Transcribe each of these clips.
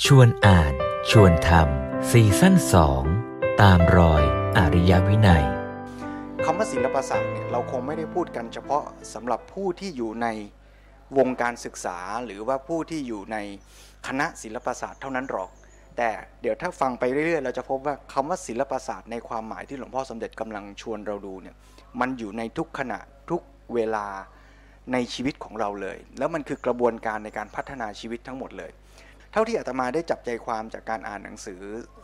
ชวนอ่านชวนทำซีซั่น2ตามรอยอริยวินัยคำว่าศิลปศาสตร์เนี่ยเราคงไม่ได้พูดกันเฉพาะสำหรับผู้ที่อยู่ในวงการศึกษาหรือว่าผู้ที่อยู่ในคณะศิลปศาสตร์เท่านั้นหรอกแต่เดี๋ยวถ้าฟังไปเรื่อยๆเราจะพบว่าคำว่าศิลปศาสตร์ในความหมายที่หลวงพ่อสมเด็จกำลังชวนเราดูเนี่ยมันอยู่ในทุกขณะทุกเวลาในชีวิตของเราเลยแล้วมันคือกระบวนการในการพัฒนาชีวิตทั้งหมดเลยเท่าที่อาตมาได้จับใจความจากการอ่านหนังสือ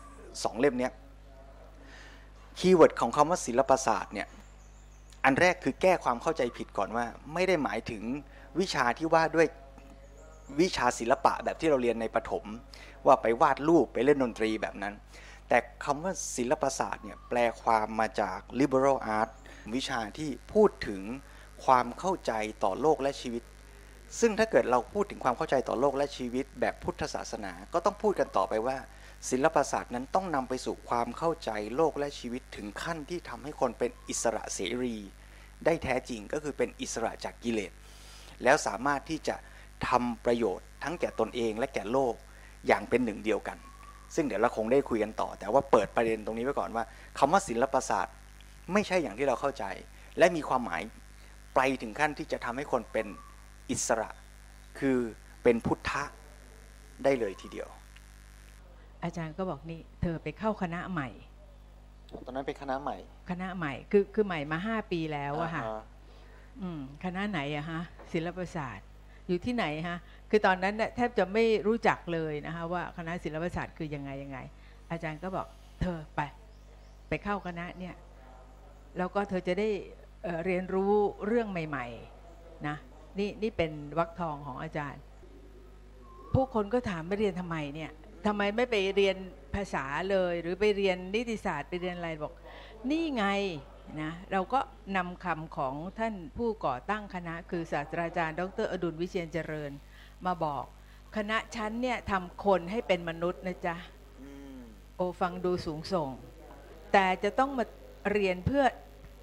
2เล่มนี้คีย์เวิร์ดของคำว่าศิลปศาสตร์เนี่ยอันแรกคือแก้ความเข้าใจผิดก่อนว่าไม่ได้หมายถึงวิชาที่ว่าด้วยวิชาศิลปะแบบที่เราเรียนในประถมว่าไปวาดรูปไปเล่นดนตรีแบบนั้นแต่คำว่าศิลปศาสตร์เนี่ยแปลความมาจาก liberal art วิชาที่พูดถึงความเข้าใจต่อโลกและชีวิตซึ่งถ้าเกิดเราพูดถึงความเข้าใจต่อโลกและชีวิตแบบพุทธศาสนาก็ต้องพูดกันต่อไปว่าศิลปศาสตร์นั้นต้องนำไปสู่ความเข้าใจโลกและชีวิตถึงขั้นที่ทำให้คนเป็นอิสระเสรีได้แท้จริงก็คือเป็นอิสระจากกิเลสแล้วสามารถที่จะทำประโยชน์ทั้งแก่ตนเองและแก่โลกอย่างเป็นหนึ่งเดียวกันซึ่งเดี๋ยวเราคงได้คุยกันต่อแต่ว่าเปิดประเด็นตรงนี้ไว้ก่อนว่าคำว่าศิลปศาสตร์ไม่ใช่อย่างที่เราเข้าใจและมีความหมายไปถึงขั้นที่จะทำให้คนเป็นอิสระคือเป็นพุทธะได้เลยทีเดียวอาจารย์ก็บอกนี่เธอไปเข้าคณะใหม่ตอนนั้นเป็นคณะใหม่คือใหม่มา5 ปีแล้วอะค่ะคณะไหนอะฮะศิลปศาสตร์อยู่ที่ไหนฮะคือตอนนั้นแทบจะไม่รู้จักเลยนะคะว่าคณะศิลปศาสตร์คือยังไงอาจารย์ก็บอกเธอไปเข้าคณะเนี่ยแล้วก็เธอจะได้เรียนรู้เรื่องใหม่ๆนะนี่เป็นวรรคทองของอาจารย์ผู้คนก็ถามไม่เรียนทำไมเนี่ยทำไมไม่ไปเรียนภาษาเลยหรือไปเรียนนิติศาสตร์ไปเรียนอะไรบอกนี่ไงนะเราก็นำคำของท่านผู้ก่อตั้งคณะคือศาสตราจารย์ดร.อดุลวิเชียรเจริญมาบอกคณะชั้นเนี่ยทำคนให้เป็นมนุษย์นะจ๊ะโอฟังดูสูงส่งแต่จะต้องมาเรียนเพื่อ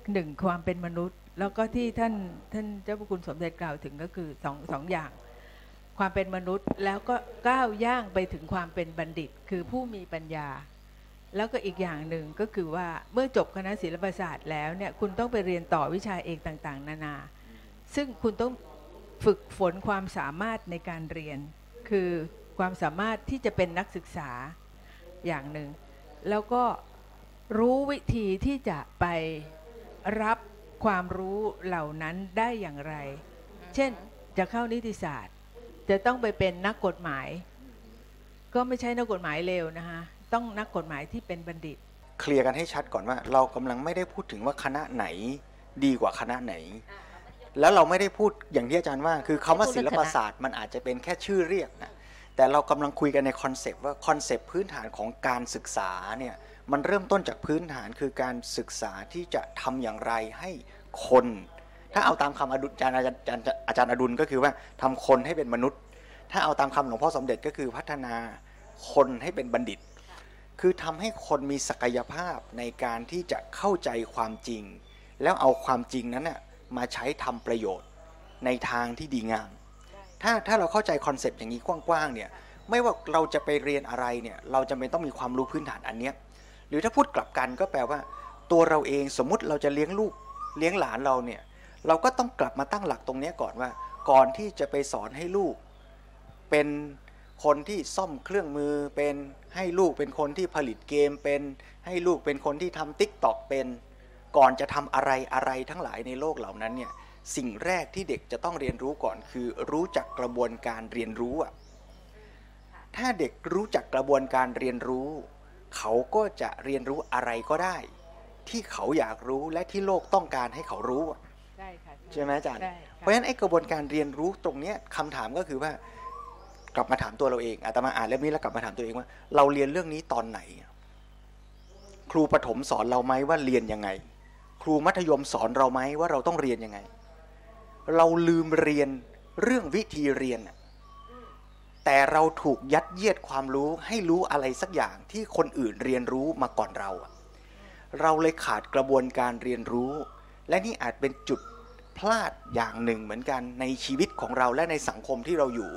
1ความเป็นมนุษย์แล้วก็ที่ท่านเจ้าพระคุณสมเด็จกล่าวถึงก็คือสองอย่างความเป็นมนุษย์แล้วก็ก้าวย่างไปถึงความเป็นบัณฑิตคือผู้มีปัญญาแล้วก็อีกอย่างหนึ่งก็คือว่าเมื่อจบคณะศิลปศาสตร์แล้วเนี่ยคุณต้องไปเรียนต่อวิชาเอกต่างๆนานาซึ่งคุณต้องฝึกฝนความสามารถในการเรียนคือความสามารถที่จะเป็นนักศึกษาอย่างหนึ่งแล้วก็รู้วิธีที่จะไปรับความรู้เหล่านั้นได้อย่างไรเช่นจะเข้านิติศาสตร์จะต้องไปเป็นนักกฎหมายก็ไม่ใช่นักกฎหมายเลวนะคะต้องนักกฎหมายที่เป็นบัณฑิตเคลียร์กันให้ชัดก่อนว่าเรากำลังไม่ได้พูดถึงว่าคณะไหนดีกว่าคณะไหนแล้วเราไม่ได้พูดอย่างที่อาจารย์ว่าคือคำว่าศิลปศาสตร์มันอาจจะเป็นแค่ชื่อเรียกนะแต่เรากำลังคุยกันในคอนเซปต์ว่าคอนเซปต์พื้นฐานของการศึกษาเนี่ยมันเริ่มต้นจากพื้นฐานคือการศึกษาที่จะทำอย่างไรให้คนถ้าเอาตามคำอาจารย์อดุลก็คือว่าทำคนให้เป็นมนุษย์ถ้าเอาตามคำหลวงพ่อสมเด็จก็คือพัฒนาคนให้เป็นบัณฑิตคือทำให้คนมีศักยภาพในการที่จะเข้าใจความจริงแล้วเอาความจริงนั้นน่ะมาใช้ทำประโยชน์ในทางที่ดีงามถ้าเราเข้าใจคอนเซปต์อย่างนี้กว้างๆเนี่ยไม่ว่าเราจะไปเรียนอะไรเนี่ยเราจำเป็นต้องมีความรู้พื้นฐานอันเนี้ยหรือถ้าพูดกลับกันก็แปลว่าตัวเราเองสมมุติเราจะเลี้ยงลูกเลี้ยงหลานเราเนี่ยเราก็ต้องกลับมาตั้งหลักตรงนี้ก่อนว่าก่อนที่จะไปสอนให้ลูกเป็นคนที่ซ่อมเครื่องมือเป็นให้ลูกเป็นคนที่ผลิตเกมเป็นให้ลูกเป็นคนที่ทำ TikTok เป็นก่อนจะทำอะไรทั้งหลายในโลกเหล่านั้นเนี่ยสิ่งแรกที่เด็กจะต้องเรียนรู้ก่อนคือรู้จักกระบวนการเรียนรู้อ่ะถ้าเด็กรู้จักกระบวนการเรียนรู้เขาก็จะเรียนรู้อะไรก็ได้ที่เขาอยากรู้และที่โลกต้องการให้เขารู้ใช่ไหมอาจารย์เพราะฉะนั้นไอ้กระบวนการเรียนรู้ตรงนี้คำถามก็คือว่ากลับมาถามตัวเราเองอาตมาอ่านเล่มนี้แล้วกลับมาถามตัวเองว่าเราเรียนเรื่องนี้ตอนไหนครูประถมสอนเราไหมว่าเรียนยังไงครูมัธยมสอนเราไหมว่าเราต้องเรียนยังไงเราลืมเรียนเรื่องวิธีเรียนแต่เราถูกยัดเยียดความรู้ให้รู้อะไรสักอย่างที่คนอื่นเรียนรู้มาก่อนเราเลยขาดกระบวนการเรียนรู้และนี่อาจเป็นจุดพลาดอย่างหนึ่งเหมือนกันในชีวิตของเราและในสังคมที่เราอยู่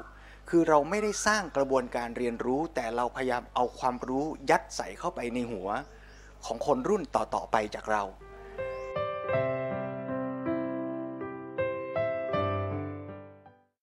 คือเราไม่ได้สร้างกระบวนการเรียนรู้แต่เราพยายามเอาความรู้ยัดใส่เข้าไปในหัวของคนรุ่นต่อๆไปจากเรา